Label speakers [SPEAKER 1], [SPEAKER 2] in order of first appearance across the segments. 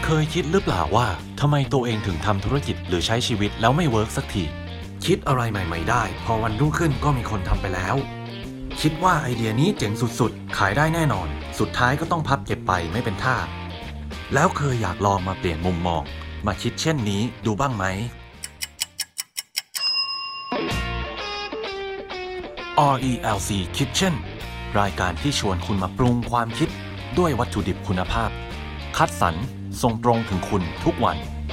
[SPEAKER 1] เคยคิดหรือเปล่าว่าทำไมตัวเองถึงทำธุรกิจหรือใช้ชีวิตแล้วไม่เวิร์กสักทีคิดอะไรใหม่ๆได้พอวันรุ่งขึ้นก็มีคนทำไปแล้วคิดว่าไอเดียนี้เจ๋งสุดๆขายได้แน่นอนสุดท้ายก็ต้องพับเก็บไปไม่เป็นท่าแล้วเคยอยากลองมาเปลี่ยนมุมมองมาคิดเช่นนี้ดูบ้างไหม RELC Kitchen รายการที่ชวนคุณมาปรุงความคิดด้วยวัตถุดิบคุณภาพคัดสรรส่งตรงถึงคุณทุกวัน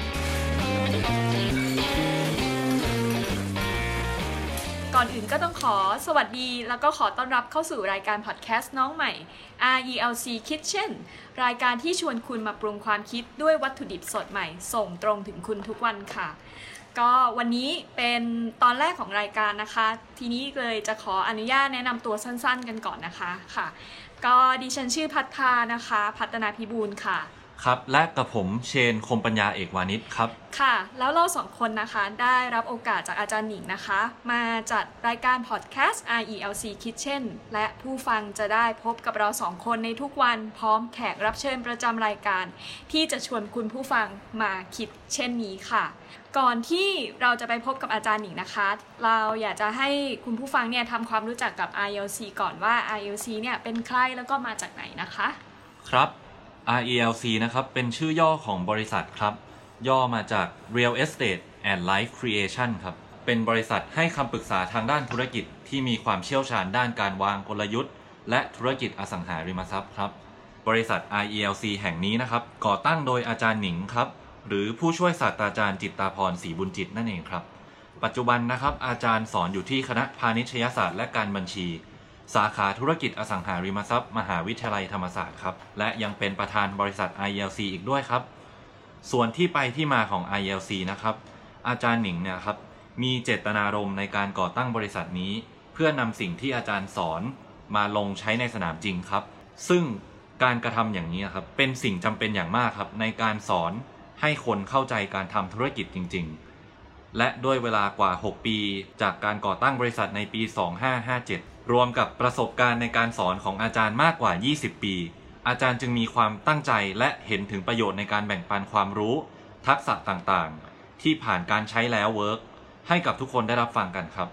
[SPEAKER 2] ก่อนอื่นก็ต้องขอสวัสดีแล้วก็ขอต้อนรับเข้าสู่รายการพอดแคสต์น้องใหม่ RELC Kitchen รายการที่ชวนคุณมาปรุงความคิดด้วยวัตถุดิบสดใหม่ส่งตรงถึงคุณทุกวันค่ะก็วันนี้เป็นตอนแรกของรายการนะคะทีนี้เลยจะขออนุญาตแนะนำตัวสั้นๆกันก่อนนะคะค่ะก็ดิฉันชื่อพัฒนานะคะพัฒนาพิบูลค่ะ
[SPEAKER 1] ครับและกับผมเชนคมปัญญาเอกวานิชครับ
[SPEAKER 2] ค่ะแล้วเราสองคนนะคะได้รับโอกาสจากอาจารย์หนิงนะคะมาจัดรายการพอดแคสต์ RELC Kitchen และผู้ฟังจะได้พบกับเราสองคนในทุกวันพร้อมแขกรับเชิญประจำรายการที่จะชวนคุณผู้ฟังมาคิดเช่นนี้ค่ะก่อนที่เราจะไปพบกับอาจารย์หนิงนะคะเราอยากจะให้คุณผู้ฟังเนี่ยทำความรู้จักกับ RELC ก่อนว่า RELC เนี่ยเป็นใครแล้วก็มาจากไหนนะคะ
[SPEAKER 1] ครับ RELC นะครับเป็นชื่อย่อของบริษัทครับย่อมาจาก Real Estate and Life Creation ครับเป็นบริษัทให้คำปรึกษาทางด้านธุรกิจที่มีความเชี่ยวชาญด้านการวางกลยุทธ์และธุรกิจอสังหาริมทรัพย์ครับบริษัท RELC แห่งนี้นะครับก่อตั้งโดยอาจารย์หนิงครับหรือผู้ช่วยศาสตราจารย์จิตตาพรศรีบุญจิตนั่นเองครับปัจจุบันนะครับอาจารย์สอนอยู่ที่คณะพาณิชยศาสตร์และการบัญชีสาขาธุรกิจอสังหาริมทรัพย์มหาวิทยาลัยธรรมศาสตร์ครับและยังเป็นประธานบริษัท RELC อีกด้วยครับส่วนที่ไปที่มาของ RELC นะครับอาจารย์หนิงเนี่ยครับมีเจตนารมณ์ในการก่อตั้งบริษัทนี้เพื่อนำสิ่งที่อาจารย์สอนมาลงใช้ในสนามจริงครับซึ่งการกระทำอย่างนี้ครับเป็นสิ่งจำเป็นอย่างมากครับในการสอนให้คนเข้าใจการทำธุรกิจจริงๆและด้วยเวลากว่า6ปีจากการก่อตั้งบริษัทในปี2557รวมกับประสบการณ์ในการสอนของอาจารย์มากกว่า20ปีอาจารย์จึงมีความตั้งใจและเห็นถึงประโยชน์ในการแบ่งปันความรู้ทักษะต่างๆที่ผ่านการใช้แล้วเวิร์กให้กับทุกคนได้รับฟังกันครับ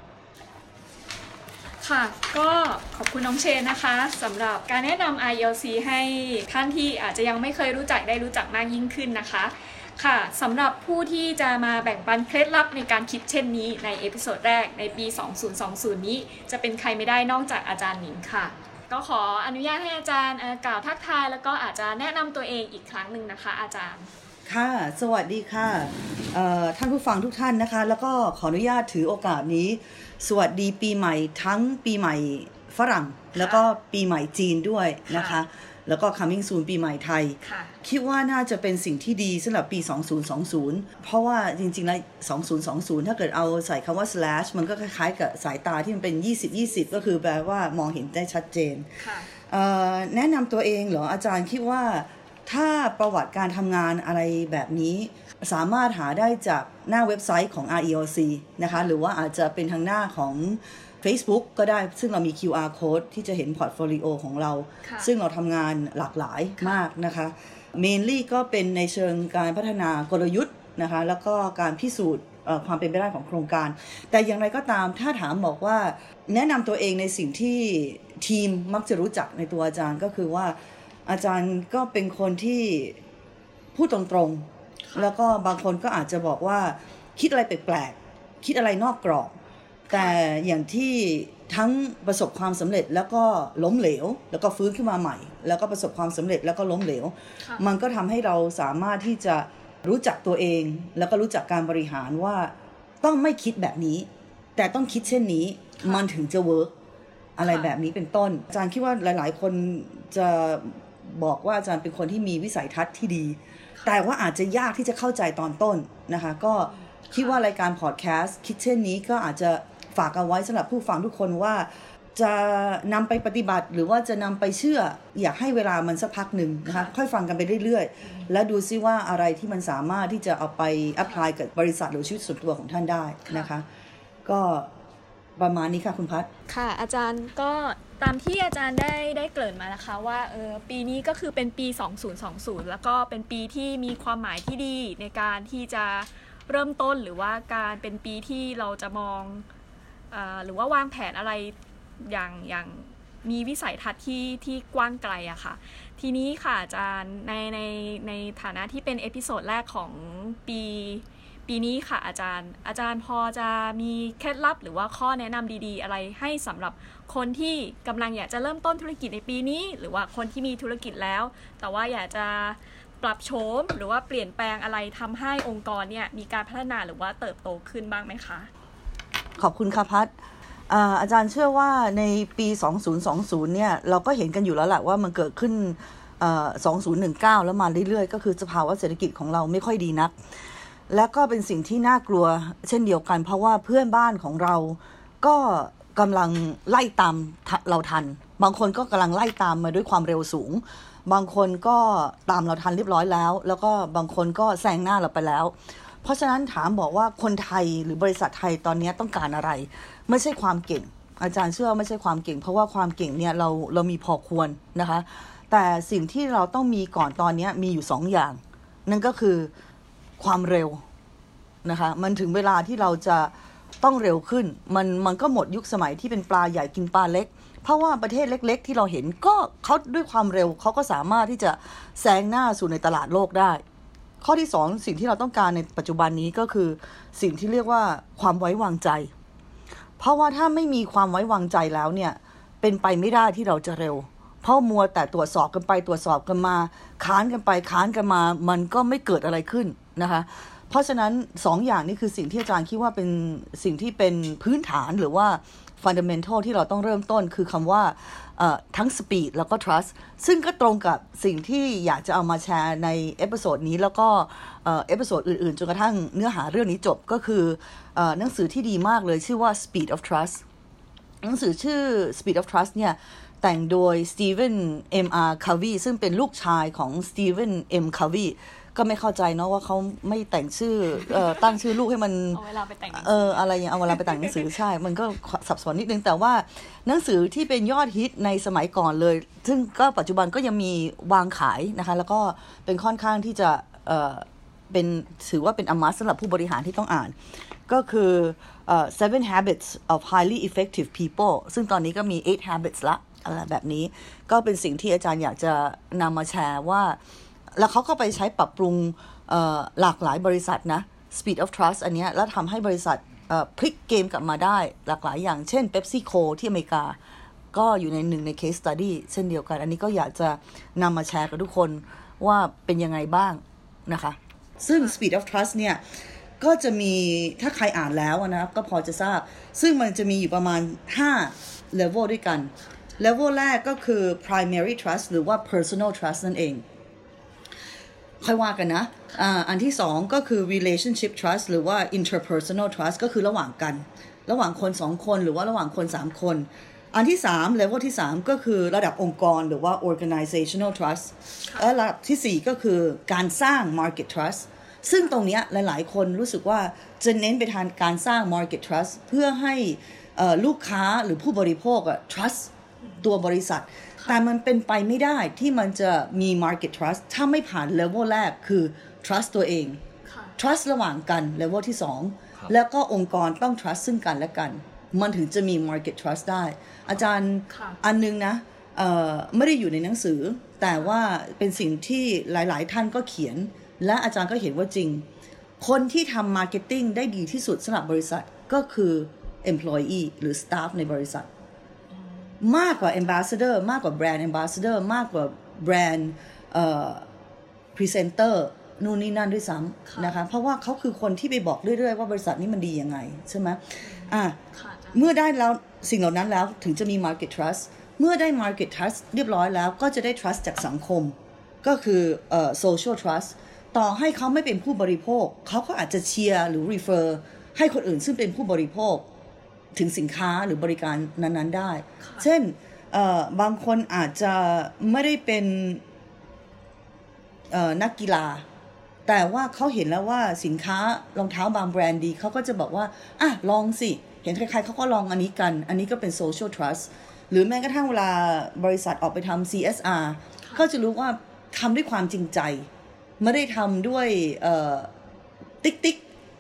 [SPEAKER 2] ค่ะก็ขอบคุณน้องเชนนะคะสำหรับการแนะนำ RELC ให้ท่านที่อาจจะยังไม่เคยรู้จักได้รู้จักมากยิ่งขึ้นนะคะค่ะสำหรับผู้ที่จะมาแบ่งปันเคล็ดลับในการคิดเช่นนี้ในเอพิโซดแรกในปี2020นี้จะเป็นใครไม่ได้นอกจากอาจารย์หนิงค่ะก็ขออนุญาตให้อาจารย์กล่าวทักทายแล้วก็อาจจะแนะนำตัวเองอีกครั้งหนึ่งนะคะอาจารย์
[SPEAKER 3] ค่ะสวัสดีค่ะท่านผู้ฟังทุกท่านนะคะแล้วก็ขออนุญาตถือโอกาสนี้สวัสดีปีใหม่ทั้งปีใหม่ฝรั่งแล้วก็ปีใหม่จีนด้วยนะคะแล้วก็ coming soon ปีใหม่ไทยคิดว่าน่าจะเป็นสิ่งที่ดีสำหรับปี2020เพราะว่าจริงๆแล้ว2020ถ้าเกิดเอาใส่คำว่า slash มันก็คล้ายๆกับสายตาที่มันเป็น2020ก็คือแปลว่ามองเห็นได้ชัดเจนแนะนำตัวเองเหรออาจารย์คิดว่าถ้าประวัติการทำงานอะไรแบบนี้สามารถหาได้จากหน้าเว็บไซต์ของ RELC นะคะหรือว่าอาจจะเป็นทางหน้าของ Facebook ก็ได้ซึ่งเรามี QR code ที่จะเห็นพอร์ตโฟลิโอของเราซึ่งเราทำงานหลากหลายมากนะคะ mainly ก็เป็นในเชิงการพัฒนากลยุทธ์นะคะแล้วก็การพิสูจน์ความเป็นไปได้ของโครงการแต่อย่างไรก็ตามถ้าถามบอกว่าแนะนำตัวเองในสิ่งที่ทีมมักจะรู้จักในตัวอาจารย์ก็คือว่าอาจารย์ก็เป็นคนที่พูดตรงๆแล้วก็บางคนก็อาจจะบอกว่าคิดอะไรแปลกๆคิดอะไรนอกกรอบแต่อย่างที่ทั้งประสบความสำเร็จแล้วก็ล้มเหลวแล้วก็ฟื้นขึ้นมาใหม่แล้วก็ประสบความสำเร็จแล้วก็ล้มเหลวมันก็ทำให้เราสามารถที่จะรู้จักตัวเองแล้วก็รู้จักการบริหารว่าต้องไม่คิดแบบนี้แต่ต้องคิดเช่นนี้มันถึงจะเวิร์กอะไรแบบนี้เป็นต้นอาจารย์คิดว่าหลายๆคนจะบอกว่าอาจารย์เป็นคนที่มีวิสัยทัศน์ที่ดีแต่ว่าอาจจะยากที่จะเข้าใจตอนต้นนะคะก็คิดว่ารายการพอดแคสต์คิดเช่นนี้ก็อาจจะฝากเอาไว้สำหรับผู้ฟังทุกคนว่าจะนำไปปฏิบัติหรือว่าจะนำไปเชื่ออยากให้เวลามันสักพักหนึ่งนะคะค่อยฟังกันไปเรื่อยๆแล้วดูซิว่าอะไรที่มันสามารถที่จะเอาไปอัพพลายกับบริษัทหรือชีวิตส่วนตัวของท่านได้นะคะก็ประมาณนี้ค่ะคุณพัฒน์
[SPEAKER 2] ค่ะอาจารย์ก็ตามที่อาจารย์ได้เกริ่นมานะคะว่าปีนี้ก็คือเป็นปี2020แล้วก็เป็นปีที่มีความหมายที่ดีในการที่จะเริ่มต้นหรือว่าการเป็นปีที่เราจะมองหรือว่าวางแผนอะไรอย่างมีวิสัยทัศน์ที่กว้างไกลอะค่ะทีนี้ค่ะอาจารย์ในฐานะที่เป็นเอพิโซดแรกของปีนี้ค่ะอาจารย์พอจะมีเคล็ดลับหรือว่าข้อแนะนำดีๆอะไรให้สำหรับคนที่กำลังอยากจะเริ่มต้นธุรกิจในปีนี้หรือว่าคนที่มีธุรกิจแล้วแต่ว่าอยากจะปรับโฉมหรือว่าเปลี่ยนแปลงอะไรทำให้องค์กรเนี่ยมีการพัฒนาหรือว่าเติบโตขึ้นบ้างไหมคะ
[SPEAKER 3] ขอบคุณค่ะพัฒอาจารย์เชื่อว่าในปี2020เนี่ยเราก็เห็นกันอยู่แล้วแหละว่ามันเกิดขึ้น2019แล้วมาเรื่อยๆก็คือสภาวะเศรษฐกิจของเราไม่ค่อยดีนักและก็เป็นสิ่งที่น่ากลัวเช่นเดียวกันเพราะว่าเพื่อนบ้านของเราก็กำลังไล่ตามเราทันบางคนก็กำลังไล่ตามมาด้วยความเร็วสูงบางคนก็ตามเราทันเรียบร้อยแล้วก็บางคนก็แซงหน้าเราไปแล้วเพราะฉะนั้นถามบอกว่าคนไทยหรือบริษัทไทยตอนนี้ต้องการอะไรไม่ใช่ความเก่งอาจารย์เชื่อไม่ใช่ความเก่งเพราะว่าความเก่งเนี่ยเรามีพอควรนะคะแต่สิ่งที่เราต้องมีก่อนตอนนี้มีอยู่2 อย่างนั่นก็คือความเร็วนะคะมันถึงเวลาที่เราจะต้องเร็วขึ้นมันก็หมดยุคสมัยที่เป็นปลาใหญ่กินปลาเล็กเพราะว่าประเทศเล็กๆที่เราเห็นก็เขาด้วยความเร็วเขาก็สามารถที่จะแซงหน้าสู่ในตลาดโลกได้ข้อที่2สิ่งที่เราต้องการในปัจจุบันนี้ก็คือสิ่งที่เรียกว่าความไว้วางใจเพราะว่าถ้าไม่มีความไว้วางใจแล้วเนี่ยเป็นไปไม่ได้ที่เราจะเร็วเพราะมัวแต่ตรวจสอบกันไปตรวจสอบกันมาค้านกันไปค้านกันมามันก็ไม่เกิดอะไรขึ้นนะคะเพราะฉะนั้น2 อย่างนี้คือสิ่งที่อาจารย์คิดว่าเป็นสิ่งที่เป็นพื้นฐานหรือว่า fundamental ที่เราต้องเริ่มต้นคือคำว่าทั้ง speed แล้วก็ trust ซึ่งก็ตรงกับสิ่งที่อยากจะเอามาแชร์ในเอพิโซดนี้แล้วก็เอพิโซดอื่นๆจนกระทั่งเนื้อหาเรื่องนี้จบก็คือหนังสือที่ดีมากเลยชื่อว่า Speed of Trust หนังสือชื่อ Speed of Trust เนี่ยแต่งโดย Stephen M.R. Covey ซึ่งเป็นลูกชายของ Stephen M. Coveyก็ไม่เข้าใจเนาะว่าเขาไม่แต่งชื่อตั้งชื่อลูกให้มัน
[SPEAKER 2] เอาเวลาไปแต่ง
[SPEAKER 3] อะไรอย่างเอาเวลาไปแต่งหนังสือใช่มันก็สับสนนิดนึงแต่ว่าหนังสือที่เป็นยอดฮิตในสมัยก่อนเลยซึ่งก็ปัจจุบันก็ยังมีวางขายนะคะแล้วก็เป็นค่อนข้างที่จะเป็นถือว่าเป็นมัสสำหรับผู้บริหารที่ต้องอ่านก็คือ7 Habits of Highly Effective People ซึ่งตอนนี้ก็มี8 Habits ละอะไรแบบนี้ก็เป็นสิ่งที่อาจารย์อยากจะนำมาแชร์ว่าแล้วเขาก็ไปใช้ปรับปรุงหลากหลายบริษัทนะ Speed of Trust อันนี้แล้วทำให้บริษัทพลิกเกมกลับมาได้หลากหลายอย่างเช่น PepsiCo ที่อเมริกาก็อยู่ในหนึ่งใน case study เช่นเดียวกันอันนี้ก็อยากจะนำมาแชร์กับทุกคนว่าเป็นยังไงบ้างนะคะซึ่ง Speed of Trust เนี่ยก็จะมีถ้าใครอ่านแล้วนะก็พอจะทราบซึ่งมันจะมีอยู่ประมาณ5 level ด้วยกัน level แรกก็คือ primary trust หรือว่า personal trust นั่นเองค่อยว่ากันนะอันที่2ก็คือ relationship trust หรือว่า interpersonal trust ก็คือระหว่างกันระหว่างคน2คนหรือว่าระหว่างคน3คนอันที่3 level ที่3ก็คือระดับองค์กรหรือว่า organizational trust และระดับที่4ก็คือการสร้าง market trust ซึ่งตรงนี้หลายๆคนรู้สึกว่าจะเน้นไปทางการสร้าง market trust เพื่อให้ลูกค้าหรือผู้บริโภคtrust ตัวบริษัทแต่มันเป็นไปไม่ได้ที่มันจะมี market trust ถ้าไม่ผ่าน level แรกคือ trust ตัวเอง trust ระหว่างกัน level ที่2แล้วก็องค์กรต้อง trust ซึ่งกันและกันมันถึงจะมี market trust ได้อาจารย์อันนึงนะไม่ได้อยู่ในหนังสือแต่ว่าเป็นสิ่งที่หลายๆท่านก็เขียนและอาจารย์ก็เห็นว่าจริงคนที่ทำ marketing ได้ดีที่สุดสำหรับบริษัทก็คือ employee หรือ staff ในบริษัทมากกว่า ambassador มากกว่า brand ambassador มากกว่า brand presenter นู่นนี่นั่นด้วยซ้ำนะคะเพราะว่าเขาคือคนที่ไปบอกเรื่อยๆว่าบริษัทนี้มันดียังไงใช่ไหมเมื่อได้แล้วสิ่งเหล่านั้นแล้วถึงจะมี market trust เมื่อได้ market trust เรียบร้อยแล้วก็จะได้ trust จากสังคมก็คือsocial trust ต่อให้เขาไม่เป็นผู้บริโภคเขาก็อาจจะเชียร์หรือ refer ให้คนอื่นซึ่งเป็นผู้บริโภคถึงสินค้าหรือบริการนั้นๆได้เช่นบางคนอาจจะไม่ได้เป็นนักกีฬาแต่ว่าเขาเห็นแล้วว่าสินค้ารองเท้าบางแบรนด์ดีเขาก็จะบอกว่าลองสิเห็นใครๆเขาก็ลองอันนี้กันอันนี้ก็เป็น social trust หรือแม้กระทั่งเวลาบริษัทออกไปทำ CSR ก็จะรู้ว่าทำด้วยความจริงใจไม่ได้ทำด้วยติ๊ก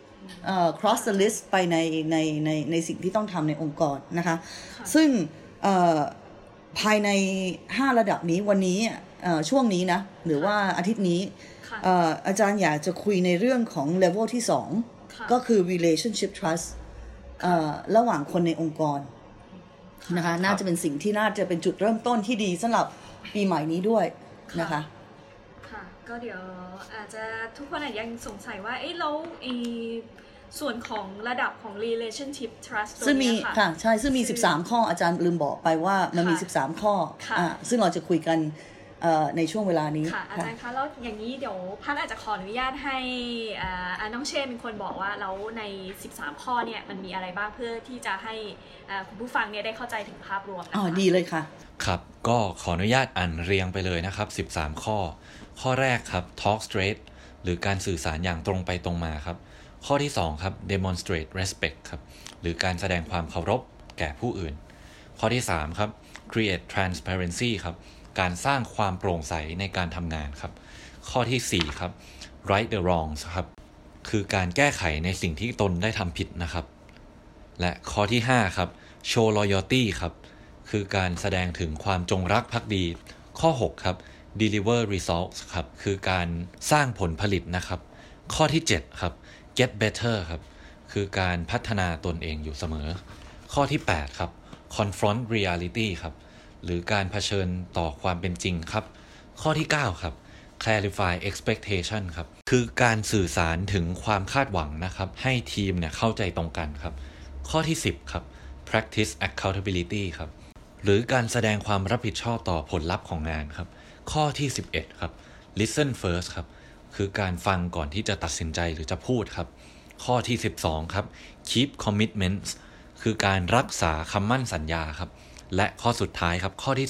[SPEAKER 3] cross the list ไปในสิ่งที่ต้องทำในองค์กรนะคะซึ่งภายใน5ระดับนี้วันนี้ช่วงนี้นะหรือว่าอาทิตย์นี้อาจารย์อยากจะคุยในเรื่องของ level ที่2ก็คือ relationship trust ระหว่างคนในองค์กรนะคะน่าจะเป็นสิ่งที่น่าจะเป็นจุดเริ่มต้นที่ดีสำหรับปีใหม่นี้ด้วยนะคะ
[SPEAKER 2] ค่ะก็เดี๋ยวอาจจะทุกคนอาจยังสงสัยว่าแล้วส่วนของระดับของ relationship trust ตัวนี้ค่ะ
[SPEAKER 3] ใช่ซึ่งมี13ข้ออาจารย์ลืมบอกไปว่ามันมี13ข้อซึ่งเราจะคุยกันในช่วงเวลานี้
[SPEAKER 2] ค่ะอาจารย์คะแล้วอย่างนี้เดี๋ยวพัดอาจจะขออนุญาตให้น้องเชนเป็นคนบอกว่าแล้วใน13ข้อเนี่ยมันมีอะไรบ้างเพื่อที่จะให้คุณผู้ฟังเนี่ยได้เข้าใจถึงภาพรวมนะคะ
[SPEAKER 3] ดีเลยค่ะ
[SPEAKER 1] ครับก็ขออนุญาตอ่านเรียงไปเลยนะครับ13ข้อแรกครับ talk straight หรือการสื่อสารอย่างตรงไปตรงมาครับข้อที่2ครับ demonstrate respect ครับหรือการแสดงความเคารพแก่ผู้อื่นข้อที่3ครับ create transparency ครับการสร้างความโปร่งใสในการทำงานครับข้อที่4ครับ right the wrongs ครับคือการแก้ไขในสิ่งที่ตนได้ทำผิดนะครับและข้อที่5ครับ show loyalty ครับคือการแสดงถึงความจงรักภักดีข้อ6ครับ deliver results ครับคือการสร้างผลผลิตนะครับข้อที่7ครับ get better ครับคือการพัฒนาตนเองอยู่เสมอข้อที่8ครับ confront reality ครับหรือการเผชิญต่อความเป็นจริงครับข้อที่9ครับ clarify expectation ครับคือการสื่อสารถึงความคาดหวังนะครับให้ทีมเนี่ยเข้าใจตรงกันครับข้อที่10ครับ practice accountability ครับหรือการแสดงความรับผิดชอบต่อผลลัพธ์ของงานครับข้อที่11ครับ listen first ครับคือการฟังก่อนที่จะตัดสินใจหรือจะพูดครับข้อที่12ครับ keep commitments คือการรักษาคำมั่นสัญญาครับและข้อสุดท้ายครับข้อที่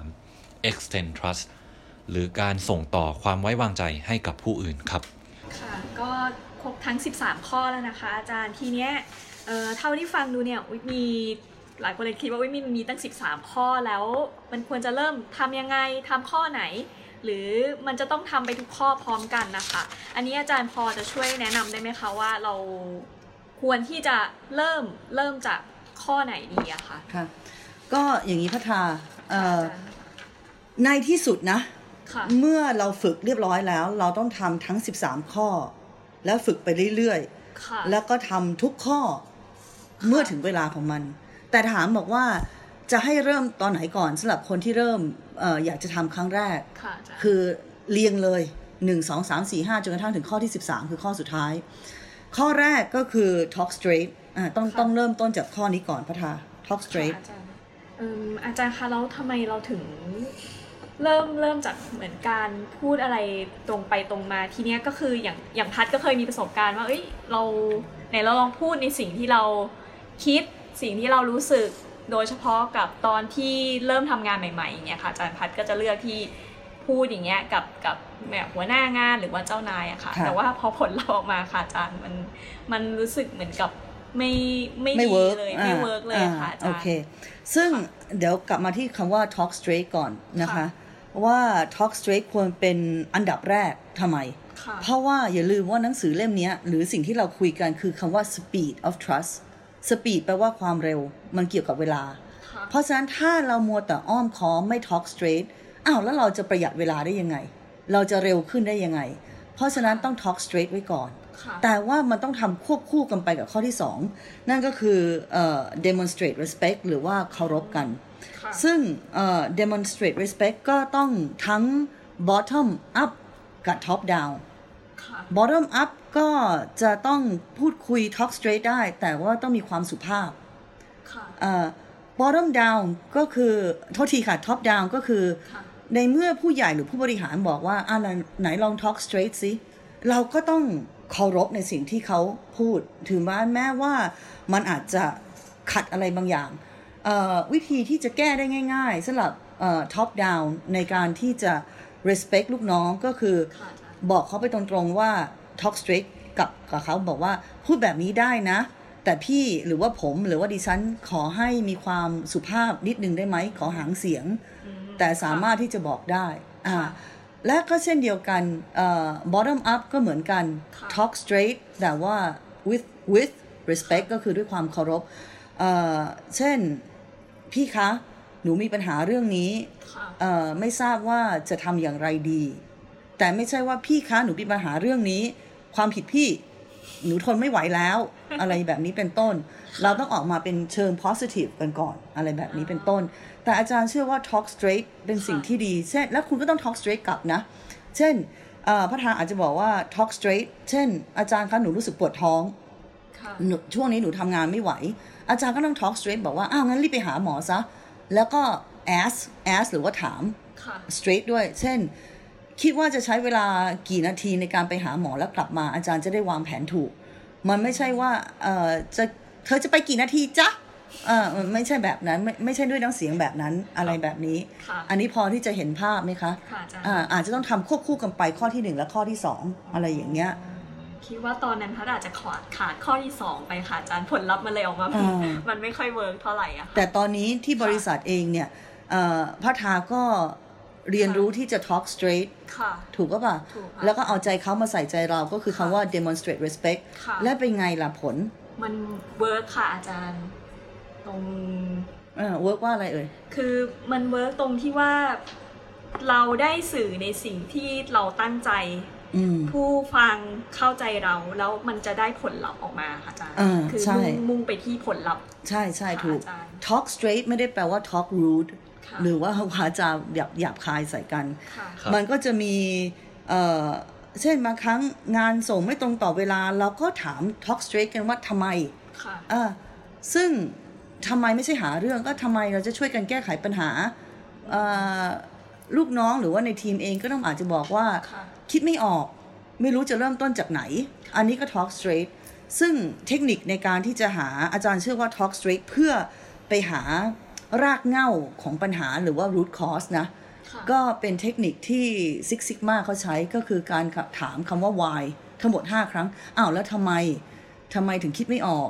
[SPEAKER 1] 13 extend trust หรือการส่งต่อความไว้วางใจให้กับผู้อื่นครับ
[SPEAKER 2] ค่ะก็ครบทั้ง13ข้อแล้วนะคะอาจารย์ทีเนี้ยเท่าที่ฟังดูเนี่ยมีหลายคนเลยคิดว่ามันมีตั้ง13ข้อแล้วมันควรจะเริ่มทำยังไงทำข้อไหนหรือมันจะต้องทำไปทุกข้อพร้อมกันนะคะอันนี้อาจารย์พอจะช่วยแนะนำได้ไหมคะว่าเราควรที่จะเริ่มจากข้อไหนดีอะคะ
[SPEAKER 3] ค่ะก็อย่างนี้พัฒนาในที่สุดนะเมื่อเราฝึกเรียบร้อยแล้วเราต้องทำทั้ง13ข้อแล้วฝึกไปเรื่อยๆแล้วก็ทำทุกข้อเมื่อถึงเวลาของมันแต่ถามบอกว่าจะให้เริ่มตอนไหนก่อนสำหรับคนที่เริ่มอยากจะทำครั้งแรกคือเรียงเลย1 2 3 4 5จนกระทั่งถึงข้อที่13คือข้อสุดท้ายข้อแรกก็คือ talk straight ต้องเริ่มต้นจากข้อนี้ก่อนพัฒนา talk straight
[SPEAKER 2] อาจารย์คะแล้วทำไมเราถึงเริ่มจากเหมือนการพูดอะไรตรงไปตรงมาทีเนี้ยก็คืออย่างพัดก็เคยมีประสบการณ์ว่าเราลองพูดในสิ่งที่เราคิดสิ่งที่เรารู้สึกโดยเฉพาะกับตอนที่เริ่มทำงานใหม่ๆอย่างเงี้ยค่ะอาจารย์พัดก็จะเลือกที่พูดอย่างเงี้ยกับแบบหัวหน้างานหรือว่าเจ้านายอะค่ะแต่ว่าพอผลลัพธ์ออกมาค่ะอาจารย์มันรู้สึกเหมือนกับไม่ดีเลยไม่เวิร์กเลยค่ะอาจารย์โอเค
[SPEAKER 3] ซึ่งเดี๋ยวกลับมาที่คำว่า talk straight ก่อนนะคะว่า talk straight ควรเป็นอันดับแรกทำไมเพราะว่าอย่าลืมว่าหนังสือเล่มนี้หรือสิ่งที่เราคุยกันคือคำว่า speed of trust speed แปลว่าความเร็วมันเกี่ยวกับเวลาเพราะฉะนั้นถ้าเรามัวแต่อ้อมค้อมไม่ talk straight แล้วเราจะประหยัดเวลาได้ยังไงเราจะเร็วขึ้นได้ยังไงเพราะฉะนั้นต้อง talk straight ไว้ก่อนแต่ว่ามันต้องทำควบคู่กันไปกับข้อที่2นั่นก็คือdemonstrate respect หรือว่าเคารพกันซึ่งdemonstrate respect ก็ต้องทั้ง bottom up กับ top down bottom up ก็จะต้องพูดคุย talk straight ได้แต่ว่าต้องมีความสุภาพbottom down ก็คือโทษทีค่ะ top down ก็คือในเมื่อผู้ใหญ่หรือผู้บริหารบอกว่าไหนลอง talk straight สิเราก็ต้องเคารพในสิ่งที่เขาพูดถึงแม้ว่ามันอาจจะขัดอะไรบางอย่างวิธีที่จะแก้ได้ง่ายๆสำหรับtop down ในการที่จะ respect ลูกน้องก็คือบอกเขาไปตรงๆว่า talk straight กับเขาบอกว่าพูดแบบนี้ได้นะแต่พี่หรือว่าผมหรือว่าดิฉันขอให้มีความสุภาพนิดนึงได้ไหมขอหางเสียงแต่สามารถที่จะบอกได้และก็เช่นเดียวกันbottom up ก็เหมือนกัน talk straight แต่ว่า with respect ก็คือด้วยความเคารพเช่นพี่คะหนูมีปัญหาเรื่องนี้ไม่ทราบว่าจะทำอย่างไรดีแต่ไม่ใช่ว่าพี่คะหนูมีปัญหาเรื่องนี้ความผิดพี่หนูทนไม่ไหวแล้วอะไรแบบนี้เป็นต้นเราต้องออกมาเป็นเชิง positive กันก่อนอะไรแบบนี้เป็นต้นแต่อาจารย์เชื่อว่า talk straight เป็นสิ่งที่ดีเช่นแล้วคุณก็ต้อง talk straight กลับนะเช่นพระธาอาจจะบอกว่า talk straight เช่นอาจารย์คะหนูรู้สึกปวดท้องช่วงนี้หนูทำงานไม่ไหวอาจารย์ก็ต้อง talk straight บอกว่างั้นรีบไปหาหมอซะแล้วก็ ask หรือว่าถาม straight ด้วยเช่นคิดว่าจะใช้เวลากี่นาทีในการไปหาหมอแล้วกลับมาอาจารย์จะได้วางแผนถูกมันไม่ใช่ว่าเธอจะไปกี่นาทีจ๊ะไม่ใช่แบบนั้นไม่ใช่ด้วยน้ำเสียงแบบนั้นอะไรแบบนี้อันนี้พอที่จะเห็นภาพไหมคะอาจจะต้องทำควบคู่กันไปข้อที่1และข้อที่2อะไรอย่างเงี้ย
[SPEAKER 2] คิดว่าตอนนั้นพัดอาจจะขาดข้อที่2ไปค่ะอาจารย์ผลลัพธ์มันเลยออกมามันไม่ค่อยเวิร์กเท่าไหร่อะ
[SPEAKER 3] แต่ตอนนี้ที่บริษัทเองเนี่ยพัฒนาก็เรียนรู้ที่จะ talk straight ถูกก็ป่ะแล้วก็เอาใจเขามาใส่ใจเราก็คือคำว่า demonstrate respect และเป็นไงล่ะผล
[SPEAKER 2] มันเวิร์กค่ะอาจารย์ตรง
[SPEAKER 3] เวิร์กว่าอะไรเอ่ย
[SPEAKER 2] คือมันเวิร์กตรงที่ว่าเราได้สื่อในสิ่งที่เราตั้งใจผู้ฟังเข้าใจเราแล้วมันจะได้ผลลัพธ์ออกมาค่ะอาจารย์คือมุ่งไปที่ผลลัพธ์
[SPEAKER 3] ใช่ถูก talk straight ไม่ได้แปลว่า talk rude หรือว่าวาจาหยาบคายใส่กันมันก็จะมีเช่นบางครั้งงานส่งไม่ตรงต่อเวลาเราก็ถาม talk straight กันว่าทำไมซึ่งทำไมไม่ใช่หาเรื่องก็ทำไมเราจะช่วยกันแก้ไขปัญหาลูกน้องหรือว่าในทีมเองก็ต้องอาจจะบอกว่าคิดไม่ออกไม่รู้จะเริ่มต้นจากไหนอันนี้ก็ talk straight ซึ่งเทคนิคในการที่จะหาอาจารย์เชื่อว่า talk straight เพื่อไปหารากเหง้าของปัญหาหรือว่า root cause นะก็เป็นเทคนิคที่ Six Sigma เขาใช้ก็คือการถามคำว่า why ทั้งหมด5ครั้งแล้วทำไมถึงคิดไม่ออก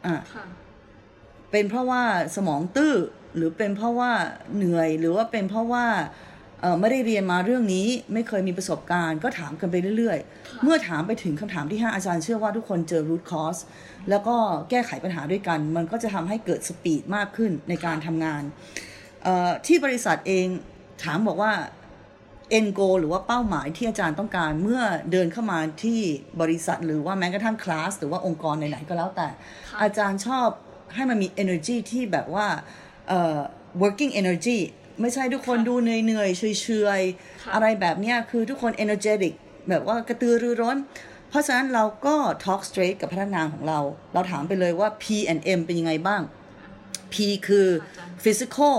[SPEAKER 3] เป็นเพราะว่าสมองตื้อหรือเป็นเพราะว่าเหนื่อยหรือว่าเป็นเพราะว่าไม่ได้เรียนมาเรื่องนี้ไม่เคยมีประสบการณ์ก็ถามกันไปเรื่อยๆเมื่อถามไปถึงคำถามที่5อาจารย์เชื่อว่าทุกคนเจอ root cause แล้วก็แก้ไขปัญหาด้วยกันมันก็จะทำให้เกิดสปีดมากขึ้นในการทำงานที่บริษัทเองถามบอกว่า end goal หรือว่าเป้าหมายที่อาจารย์ต้องการเมื่อเดินเข้ามาที่บริษัทหรือว่าแม้กระทั่งคลาสหรือว่าองค์กรไหนๆก็แล้วแต่อาจารย์ชอบให้มันมี energy ที่แบบว่าworking energy ไม่ใช่ทุกคนดูเหนื่อยๆเฉยๆอะไรแบบนี้คือทุกคน energetic แบบว่ากระตือรือร้นเพราะฉะนั้นเราก็ talk straight กับพนักงานของเราถามไปเลยว่า P and M เป็นยังไงบ้าง P คือ physical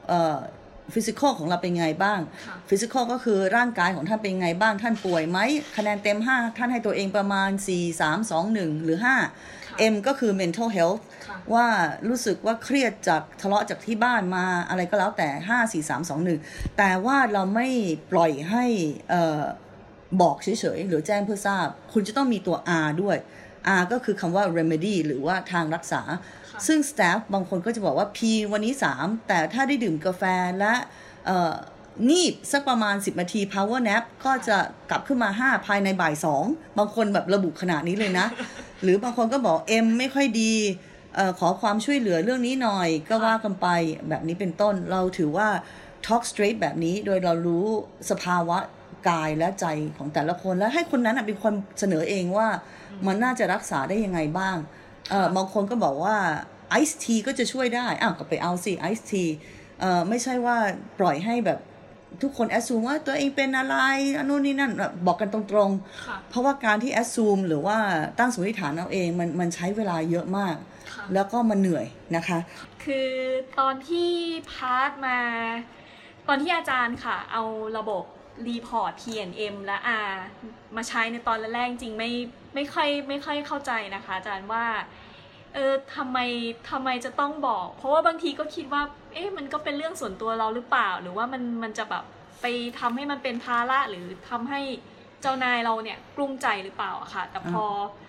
[SPEAKER 3] physical ของเราเป็นยังไงบ้าง physical ก็คือร่างกายของท่านเป็นยังไงบ้างท่านป่วยไหมคะแนนเต็ม5ท่านให้ตัวเองประมาณ4 3 2 1หรือ5 M ก็คือ mental health ว่ารู้สึกว่าเครียดจากทะเลาะจากที่บ้านมาอะไรก็แล้วแต่5 4 3 2 1แต่ว่าเราไม่ปล่อยให้บอกเฉยๆหรือแจ้งเพื่อทราบคุณจะต้องมีตัว R ด้วย R ก็คือคำว่า remedy หรือว่าทางรักษาซึ่ง staff บางคนก็จะบอกว่า P วันนี้3แต่ถ้าได้ดื่มกาแฟและงีบสักประมาณ10นาที power nap ก็จะกลับขึ้นมา5ภายในบ่าย2บางคนแบบระบุขนาดนี้เลยนะ หรือบางคนก็บอก M ไม่ค่อยดีขอความช่วยเหลือเรื่องนี้หน่อยก็ว่ากันไปแบบนี้เป็นต้นเราถือว่า talk straight แบบนี้โดยเรารู้สภาวะกายและใจของแต่ละคนและให้คนนั้นเป็นคนเสนอเองว่ามันน่าจะรักษาได้ยังไงบ้างบางคนก็บอกว่าไอซ์ทีก็จะช่วยได้ก็ไปเอาสิไอซ์ทีไม่ใช่ว่าปล่อยให้แบบทุกคนแอสซูมว่าตัวเองเป็นอะไรนู่นนี่นั่นบอกกันตรงๆเพราะว่าการที่แอสซูมหรือว่าตั้งสมมติฐานเอาเองมันใช้เวลาเยอะมากแล้วก็มันเหนื่อยนะคะ
[SPEAKER 2] คือตอนที่พาร์ทมาตอนที่อาจารย์ค่ะเอาระบบรีพอร์ต P&M และ R มาใช้ในตอนแรกจริงไม่ค่อยเข้าใจนะคะอาจารย์ว่าทำไมจะต้องบอกเพราะว่าบางทีก็คิดว่ามันก็เป็นเรื่องส่วนตัวเราหรือเปล่าหรือว่ามันจะแบบไปทำให้มันเป็นภาระหรือทำให้เจ้านายเราเนี่ยกลุ้มใจหรือเปล่าอะค่ะแต่พอ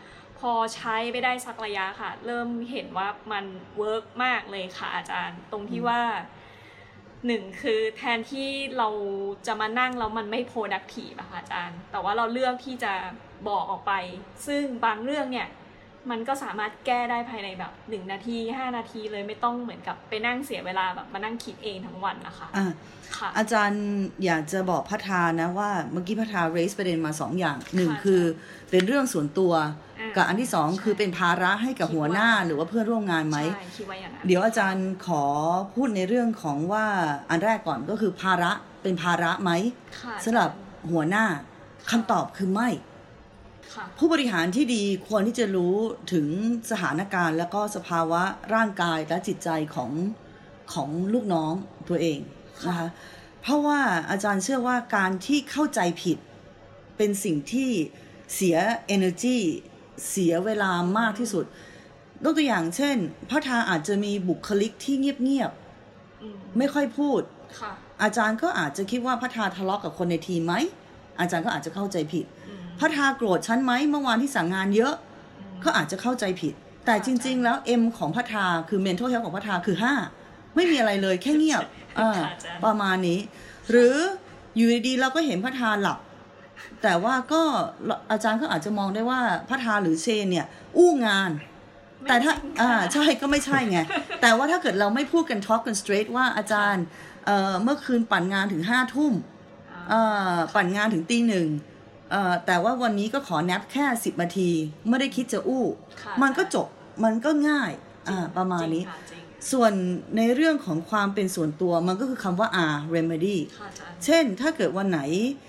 [SPEAKER 2] พอใช้ไปได้สักระยะค่ะเริ่มเห็นว่ามันเวิร์กมากเลยค่ะอาจารย์ตรงที่ว่าหนึ่งคือแทนที่เราจะมานั่งแล้วมันไม่ productive อะค่ะอาจารย์แต่ว่าเราเลือกที่จะบอกออกไปซึ่งบางเรื่องเนี่ยมันก็สามารถแก้ได้ภายในแบบ1 นาที5 นาทีเลยไม่ต้องเหมือนกับไปนั่งเสียเวลาแบบมานั่งคิดเองทั้งวันนะคะ
[SPEAKER 3] ค่ะอาจารย์อยากจะบอกพัฒนานะว่าเมื่อกี้พัฒนา raise ประเด็นมา2 อย่าง1คือเป็นเรื่องส่วนตัวกับอันที่2คือเป็นภาระให้กับหัวหน้าหรือว่าเพื่อนร่วมงานไหมเดี๋ยวอาจารย์ขอพูดในเรื่องของว่าอันแรกก่อนก็คือภาระเป็นภาระไหมสำหรับหัวหน้าคำตอบคือไม่ผู้บริหารที่ดีควรที่จะรู้ถึงสถานการณ์แล้วก็สภาวะร่างกายและจิตใจของลูกน้องตัวเองนะคะเพราะว่าอาจารย์เชื่อว่าการที่เข้าใจผิดเป็นสิ่งที่เสีย energy เสียเวลามากที่สุดยกตัวอย่างเช่นพัฒนาอาจจะมีบุคลิกที่เงียบๆไม่ค่อยพูดอาจารย์ก็อาจจะคิดว่าพัฒนาทะเลาะกับคนในทีมไหมอาจารย์ก็อาจจะเข้าใจผิดพัฒนาโกรธฉันไหมเมื่อวานที่สั่งงานเยอะก็อาจจะเข้าใจผิดแต่จริงๆแล้ว M ของพัฒนาคือ mental health ของพัฒนาคือ5ไม่มีอะไรเลยแค่เงียบประมาณนี้หรืออยู่ดีๆเราก็เห็นพัฒนาหลับแต่ว่าก็อาจารย์ก็อาจจะมองได้ว่าพัฒนาหรือเชนเนี่ยอู้งานแต่ถ้าใช่ก็ไม่ใช่ไงแต่ว่าถ้าเกิดเราไม่พูดกัน talk กัน straight ว่าอาจารย์เมื่อคืนปั่นงานถึง5 ทุ่มปั่นงานถึงตี 1แต่ว่าวันนี้ก็ขอแนปแค่10 นาทีไม่ได้คิดจะอู้มันก็จบมันก็ง่ายประมาณนี้ส่วนในเรื่องของความเป็นส่วนตัวมันก็คือคำว่า remedy เช่นถ้าเกิดวันไหน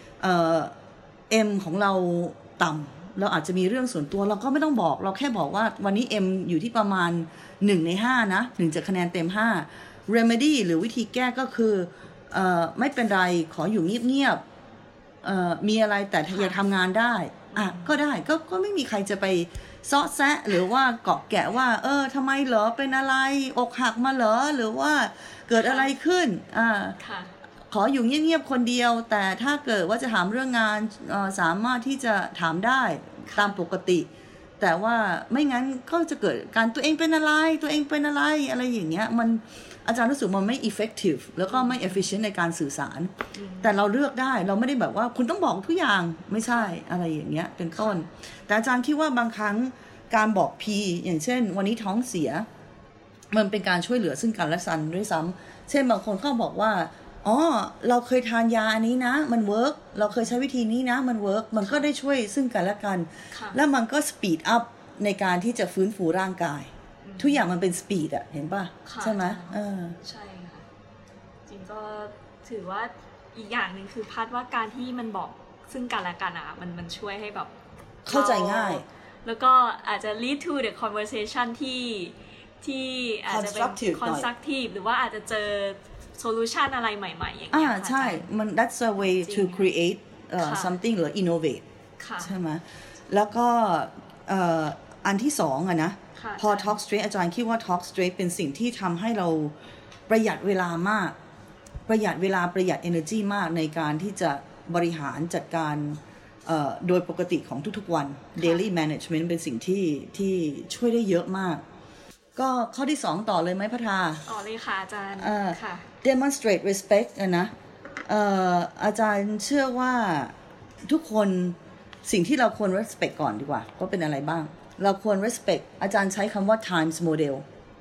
[SPEAKER 3] M ของเราต่ำเราอาจจะมีเรื่องส่วนตัวเราก็ไม่ต้องบอกเราแค่บอกว่าวันนี้ M อยู่ที่ประมาณ1 ใน 5นะ1จากคะแนนเต็ม5 remedy หรือวิธีแก้ก็คือไม่เป็นไรขออยู่เงียบๆมีอะไรแต่อย่าทำงานได้ก็ได้ก็ไม่มีใครจะไปเซาะแซะหรือว่าเกาะแกะว่าทำไมเหรอเป็นอะไรอกหักมาเหรอหรือว่าเกิดอะไรขึ้นขออยู่เงียบๆคนเดียวแต่ถ้าเกิดว่าจะถามเรื่องงานสามารถที่จะถามได้ตามปกติแต่ว่าไม่งั้นก็จะเกิดการตัวเองเป็นอะไรอะไรอย่างเงี้ยมันอาจารย์รู้สึกมันไม่ effective แล้วก็ไม่ efficient ในการสื่อสารแต่เราเลือกได้เราไม่ได้แบบว่าคุณต้องบอกทุกอย่างไม่ใช่อะไรอย่างเงี้ยเป็นต้นแต่อาจารย์คิดว่าบางครั้งการบอก P อย่างเช่นวันนี้ท้องเสียมันเป็นการช่วยเหลือซึ่งกันและกันด้วยซ้ำเช่นบางคนก็บอกว่าเราเคยทานยาอันนี้นะมันเวิร์กเราเคยใช้วิธีนี้นะมันเวิร์กมันก็ได้ช่วยซึ่งกันและกันแล้วมันก็สปีดอัพในการที่จะฟื้นฟูร่างกายทุกอย่างมันเป็นสปีดอะเห็นป่ะใช่ไหม
[SPEAKER 2] ใช่ค่ะจริงก็ถือว่าอีกอย่างหนึ่งคือพัดว่าการที่มันบอกซึ่งกันและกันอะมันช่วยให้แบบ
[SPEAKER 3] เข้าใจง่าย
[SPEAKER 2] แล้วก็อาจจะ lead to the conversation ที่อาจจะเป็น constructive หรือว่าอาจจะเจอsolution อะไรใหม่ๆอย่างเงี้ย
[SPEAKER 3] ใช่มัน that's a way to create something หรือ innovate ใช่ไหมแล้วก็อันที่2นะพอ talk straight อาจารย์คิดว่า talk straight เป็นสิ่งที่ทำให้เราประหยัดเวลามากประหยัดเวลาประหยัด energy มากในการที่จะบริหารจัดการโดยปกติของทุกๆวัน daily management เป็นสิ่งที่ช่วยได้เยอะมากก็ข้อที่2ต่อเลยไหมพัฒนา
[SPEAKER 2] ต่อเลยค่ะอาจารย์ค่ะ
[SPEAKER 3] demonstrate respect นะอาจารย์เชื่อว่าทุกคนสิ่งที่เราควร respect ก่อนดีกว่าก็เป็นอะไรบ้างเราควร respect อาจารย์ใช้คำว่า times model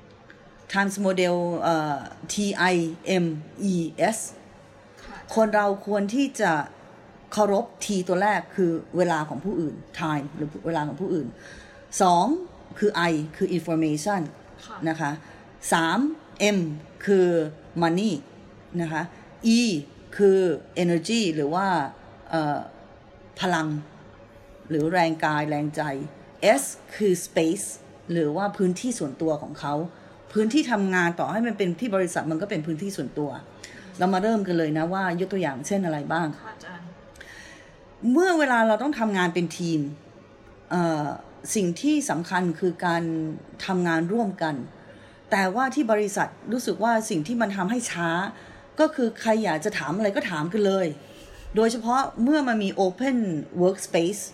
[SPEAKER 3] TIMES คนเราควรที่จะเคารพ T ตัวแรกคือเวลาของผู้อื่น time หรือเวลาของผู้อื่น2คือ I คือ information นะคะ3 M คือ money นะคะ E คือ energy หรือว่าพลังหรือแรงกายแรงใจ S คือ space หรือว่าพื้นที่ส่วนตัวของเขาพื้นที่ทำงานต่อให้มันเป็นที่บริษัทมันก็เป็นพื้นที่ส่วนตัวเรามาเริ่มกันเลยนะว่ายกตัวอย่างเช่นอะไรบ้างเมื่อเวลาเราต้องทำงานเป็นทีมสิ่งที่สำคัญคือการทำงานร่วมกันแต่ว่าที่บริษัทรู้สึกว่าสิ่งที่มันทำให้ช้าก็คือใครอยากจะถามอะไรก็ถามกันเลยโดยเฉพาะเมื่อมันมี open workspace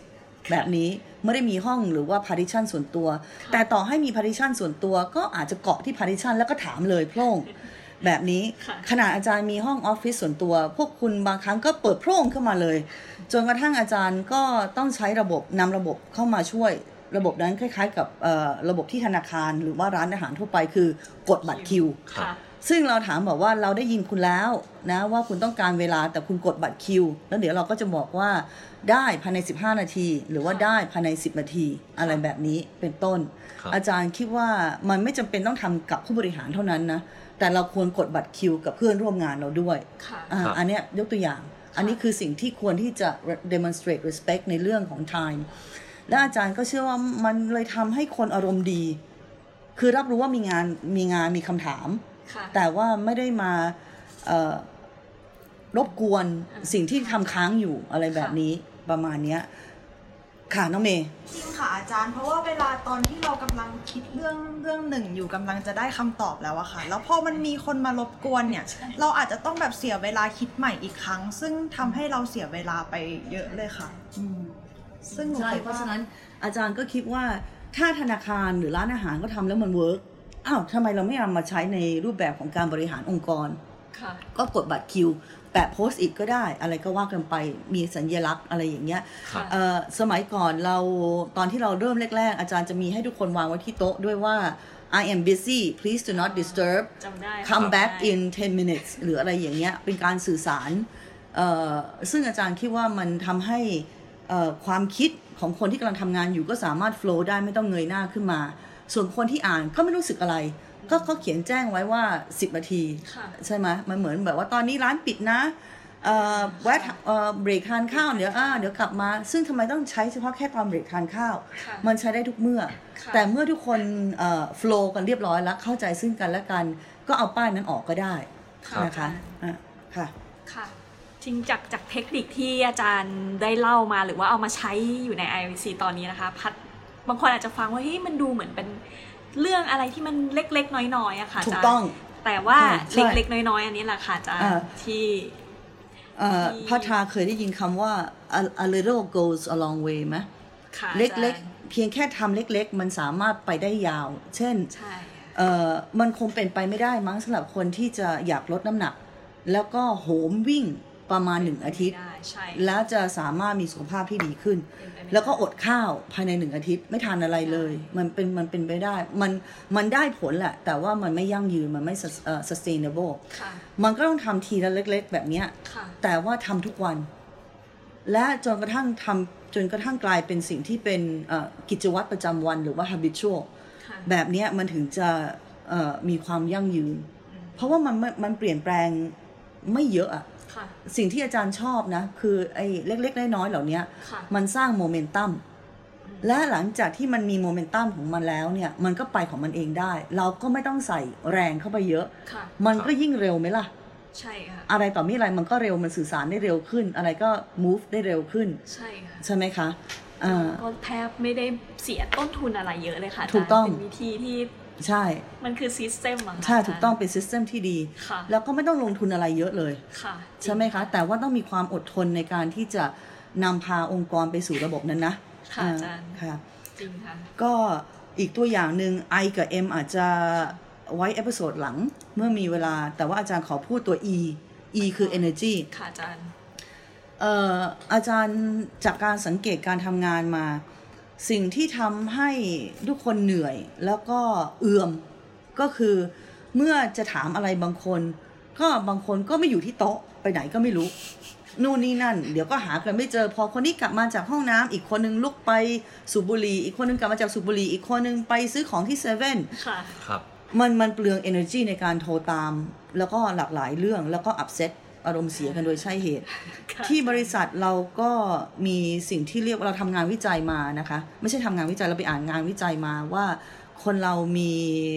[SPEAKER 3] แบบนี้ไม่ได้มีห้องหรือว่า partition ส่วนตัวแต่ต่อให้มี partition ส่วนตัวก็อาจจะเกาะที่ partition แล้วก็ถามเลยโพร่งแบบนี้ขณะอาจารย์มีห้องออฟฟิศส่วนตัวพวกคุณบางครั้งก็เปิดโพร่งขึ้นมาเลยจนกระทั่งอาจารย์ก็ต้องใช้นำระบบเข้ามาช่วยระบบนั้นคล้ายๆกับระบบที่ธนาคารหรือว่าร้านอาหารทั่วไปคือกดบัตรคิวซึ่งเราถามบอกว่าเราได้ยินคุณแล้วนะว่าคุณต้องการเวลาแต่คุณกดบัตรคิวแล้วเดี๋ยวเราก็จะบอกว่าได้ภายใน15นาทีหรือว่าได้ภายใน10นาทีอะไรแบบนี้เป็นต้นอาจารย์คิดว่ามันไม่จำเป็นต้องทำกับผู้บริหารเท่านั้นนะแต่เราควรกดบัตรคิวกับเพื่อนร่วมงานเราด้วยอันนี้ยกตัวอย่างอันนี้คือสิ่งที่ควรที่จะ demonstrate respect ในเรื่องของ time และอาจารย์ก็เชื่อว่ามันเลยทำให้คนอารมณ์ดีคือรับรู้ว่ามีงานมีคำถามแต่ว่าไม่ได้มารบกวนสิ่งที่ทำค้างอยู่อะไรแบบนี้ประมาณนี้ค่ะน้องเมย์
[SPEAKER 4] จริงค่ะอาจารย์เพราะว่าเวลาตอนที่เรากำลังคิดเรื่องหนึ่งอยู่กำลังจะได้คำตอบแล้วอะค่ะแล้วพอมันมีคนมารบกวนเนี่ยเราอาจจะต้องแบบเสียเวลาคิดใหม่อีกครั้งซึ่งทำให้เราเสียเวลาไปเยอะเลยค่ะซึ่ง
[SPEAKER 3] ใช่เพราะฉะนั้นอาจารย์ก็คิดว่าถ้าธนาคารหรือร้านอาหารก็ทำแล้วมันเวิร์กทำไมเราไม่นำมาใช้ในรูปแบบของการบริหารองค์กรก็กดบัตรคิวแปะโพสต์อีกก็ได้อะไรก็ว่ากันไปมีสัญลักษณ์อะไรอย่างเงี้ยสมัยก่อนตอนที่เราเริ่มแรกๆอาจารย์จะมีให้ทุกคนวางไว้ที่โต๊ะด้วยว่า I am busy please do not disturb come back in 10 minutes หรืออะไรอย่างเงี้ยเป็นการสื่อสารซึ่งอาจารย์คิดว่ามันทำให้ความคิดของคนที่กำลังทำงานอยู่ก็สามารถ flow ได้ไม่ต้องเงยหน้าขึ้นมาส่วนคนที่อ่านก็ไม่รู้สึกอะไรก็เขาเขียนแจ้งไว้ว่า10นาทีใช่ไหมมันเหมือนแบบว่าตอนนี้ร้านปิดนะแวะเบรกทานข้าวเดี๋ยวกลับมาซึ่งทำไมต้องใช้เฉพาะแค่ตอนเบรกทานข้าวมันใช้ได้ทุกเมื่อแต่เมื่อทุกคนโฟลว์กันเรียบร้อยแล้วเข้าใจซึ่งกันและกันก็เอาป้ายนั้นออกก็ได้นะคะค่ะ
[SPEAKER 2] จริงจากเทคนิคที่อาจารย์ได้เล่ามาหรือว่าเอามาใช้อยู่ใน ILC ตอนนี้นะคะบางคนอาจจะฟังว่าเฮ้ยมันดูเหมือนเป็นเรื่องอะไรที่มันเล็กๆน้อยๆอะค่ะ
[SPEAKER 3] ถูกต้อง
[SPEAKER 2] แต่ว่าเล็กๆน้อยๆอันนี้แหละค่ะอาจารย์ที่
[SPEAKER 3] พัทราเคยได้ยินคำว่า a little goes a long way ไหมเล็กๆเพียงแค่ทำเล็กๆมันสามารถไปได้ยาวเช่นมันคงเป็นไปไม่ได้มั้งสำหรับคนที่จะอยากลดน้ำหนักแล้วก็โหมวิ่งประมาณ1อาทิตย์แล้วจะสามารถมีสุขภาพที่ดีขึ้นแล้วก็อดข้าวภายใน1อาทิตย์ไม่ทานอะไรเลยมันเป็นไปได้มันได้ผลแหละแต่ว่ามันไม่ยั่งยืนมันไม่ sustainable มันก็ต้องทำทีละเล็กๆแบบนี้แต่ว่าทำทุกวันและจนกระทั่งกลายเป็นสิ่งที่เป็นกิจวัตรประจำวันหรือว่า habitual แบบนี้มันถึงจะมีความยั่งยืนเพราะว่ามันเปลี่ยนแปลงไม่เยอะอะสิ่งที่อาจารย์ชอบนะคือไอ้เล็กๆน้อยๆเหล่านี้มันสร้างโมเมนตัมและหลังจากที่มันมีโมเมนตัมของมันแล้วเนี่ยมันก็ไปของมันเองได้เราก็ไม่ต้องใส่แรงเข้าไปเยอะมันก็ยิ่งเร็วไหมล่ะ
[SPEAKER 2] ใช่ค่ะ
[SPEAKER 3] อะไรต่อมีอะไรมันก็เร็วมันสื่อสารได้เร็วขึ้นอะไรก็ move ได้เร็วขึ้น
[SPEAKER 2] ใช่ค่ะ
[SPEAKER 3] ใช่ไหมคะ
[SPEAKER 2] ก็แทบไม่ได้เสียต้นทุนอะไรเยอะเลยค่ะ
[SPEAKER 3] ถูกต้อง
[SPEAKER 2] เป็นวิธีที่
[SPEAKER 3] ใช่
[SPEAKER 2] มันคือซิสเต็มอะ
[SPEAKER 3] ใช่ถูกต้องเป็นซิสเต็มที่ดีแล้วก็ไม่ต้องลงทุนอะไรเยอะเลยใช่ไหมคะแต่ว่าต้องมีความอดทนในการที่จะนำพาองค์กรไปสู่ระบบนั้นนะ
[SPEAKER 2] ค่ะอาจารย์
[SPEAKER 3] ค่ะ
[SPEAKER 2] จริงค่ะ
[SPEAKER 3] ก็อีกตัวอย่างหนึ่ง I กับ M อาจจะไว้เอพิโซดหลังเมื่อมีเวลาแต่ว่าอาจารย์ขอพูดตัว E คือ energy
[SPEAKER 2] ค่ะอาจารย์
[SPEAKER 3] อาจารย์จากการสังเกตการทำงานมาสิ่งที่ทำให้ทุกคนเหนื่อยแล้วก็เอื่อมก็คือเมื่อจะถามอะไรบางคนก็ไม่อยู่ที่โต๊ะไปไหนก็ไม่รู้นู่นนี่นั่นเดี๋ยวก็หากันไม่เจอพอคนนี้กลับมาจากห้องน้ำอีกคนนึงลุกไปสูบบุหรี่อีกคนนึงกลับมาจากสูบบุหรี่อีกคนนึงไปซื้อของที่เซเว่น
[SPEAKER 2] ค่ะ
[SPEAKER 1] ครับ
[SPEAKER 3] มันเปลือง energy ในการโทรตามแล้วก็หลากหลายเรื่องแล้วก็ upsetอารมณ์เสียกันโดยใช่เหตุที่บริษัทเราก็มีสิ่งที่เรียกว่าเราทำงานวิจัยมานะคะไม่ใช่ทำงานวิจัยเราไปอ่านงานวิจัยมาว่าคนเรามี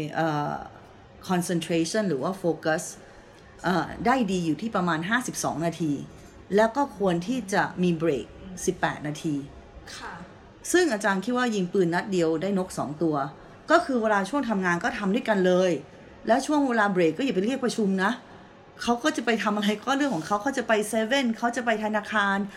[SPEAKER 3] concentration หรือว่า focus ได้ดีอยู่ที่ประมาณ52นาทีแล้วก็ควรที่จะมีเบรก18นาทีซึ่งอาจารย์คิดว่ายิงปืนนัดเดียวได้นก2ตัวก็คือเวลาช่วงทำงานก็ทำด้วยกันเลยแล้วช่วงเวลาเบรกก็อย่าไปเรียกประชุมนะเขาก็จะไปทำอะไรก็เรื่องของเขาจะไปเซเว่นเขาจะไปธนาคาร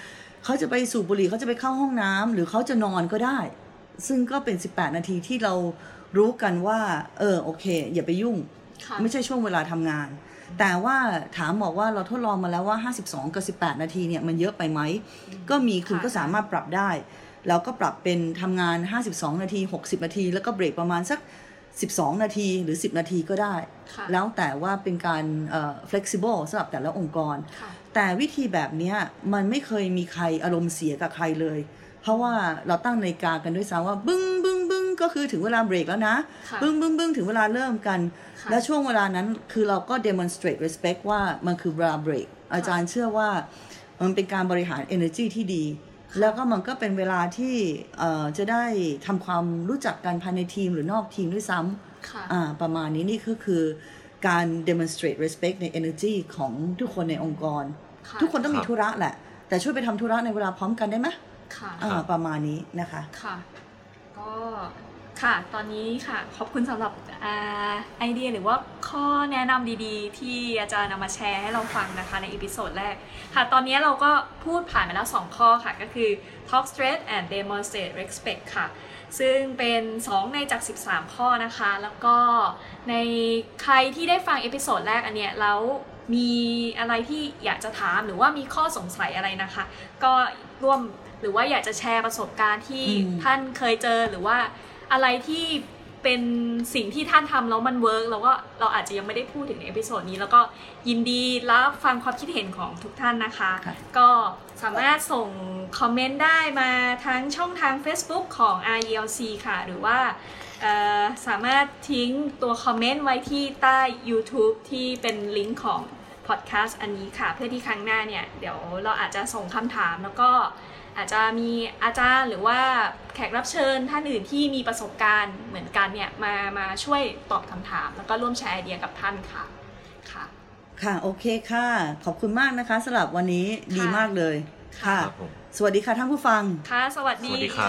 [SPEAKER 3] เขาจะไปสูบบุหรี่เขาจะไปเข้าห้องน้ำหรือเขาจะนอนก็ได้ซึ่งก็เป็น18นาทีที่เรารู้กันว่าโอเคอย่าไปยุ่งไม่ใช่ช่วงเวลาทำงานแต่ว่าถามบอกว่าเราทดลองมาแล้วว่า52กับ18นาทีเนี่ยมันเยอะไปไหมก็มีคุณก็สามารถปรับได้แล้วก็ปรับเป็นทำงาน52นาที60นาทีแล้วก็เบรกประมาณสัก12นาทีหรือ10นาทีก็ได้แล้วแต่ว่าเป็นการflexible สำหรับแต่ละองค์กรแต่วิธีแบบนี้มันไม่เคยมีใครอารมณ์เสียกับใครเลยเพราะว่าเราตั้งนาฬิกากันด้วยซ้ำว่าบึ้งบึ้งบึ้งก็คือถึงเวลาเบรกแล้วนะบึ้งบึ้งบึ้งถึงเวลาเริ่มกันและช่วงเวลานั้นคือเราก็ demonstrate respect ว่ามันคือเวลาเบรกอาจารย์เชื่อว่ามันเป็นการบริหาร energy ที่ดีแล้วก็มันก็เป็นเวลาที่จะได้ทำความรู้จักกันภายในทีมหรือนอกทีมด้วยซ้ำประมาณนี้นี่ก็คือการ demonstrate respect ใน energy ของทุกคนในองค์กรทุกคนต้องมีธุระแหละแต่ช่วยไปทำธุระในเวลาพร้อมกันได้ไหมประมาณนี้นะคะ
[SPEAKER 2] ค่ะก็ค่ะตอนนี้ค่ะขอบคุณสำหรับไอเดียหรือว่าข้อแนะนำดีๆที่อาจารย์นำมาแชร์ให้เราฟังนะคะในอีพิโซดแรกค่ะตอนนี้เราก็พูดผ่านไปแล้ว2ข้อค่ะก็คือ talk straight and demonstrate respect ค่ะซึ่งเป็น2ในจาก13ข้อนะคะแล้วก็ในใครที่ได้ฟังอีพิโซดแรกอันเนี้ยแล้วมีอะไรที่อยากจะถามหรือว่ามีข้อสงสัยอะไรนะคะก็ร่วมหรือว่าอยากจะแชร์ประสบการณ์ที่ท่านเคยเจอหรือว่าอะไรที่เป็นสิ่งที่ท่านทำแล้วมันเวิร์กแล้วก็เราอาจจะยังไม่ได้พูดถึงในเอพิโซดนี้แล้วก็ยินดีรับฟังความคิดเห็นของทุกท่านนะคะก็สามารถส่งคอมเมนต์ได้มาทั้งช่องทาง Facebook ของ RELC ค่ะหรือว่าสามารถทิ้งตัวคอมเมนต์ไว้ที่ใต้ YouTube ที่เป็นลิงก์ของพอดแคสต์อันนี้ค่ะเพื่อที่ครั้งหน้าเนี่ยเดี๋ยวเราอาจจะส่งคำถามแล้วก็อาจจะมีอาจารย์หรือว่าแขกรับเชิญท่านอื่นที่มีประสบการณ์เหมือนกันเนี่ยมาช่วยตอบคำถามแล้วก็ร่วมแชร์ไอเดียกับท่านค่ะ
[SPEAKER 3] ค่ะโอเคค่ะขอบคุณมากนะคะสำหรับวันนี้ดีมากเลยค่ะสวัสดีค่ะท่านผู้ฟัง
[SPEAKER 2] ค่ะสวัสดีค่ะ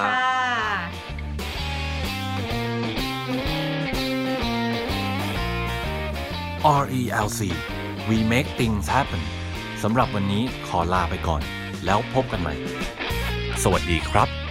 [SPEAKER 1] RELC We Make Things Happen สำหรับวันนี้ขอลาไปก่อนแล้วพบกันใหม่สวัสดีครับ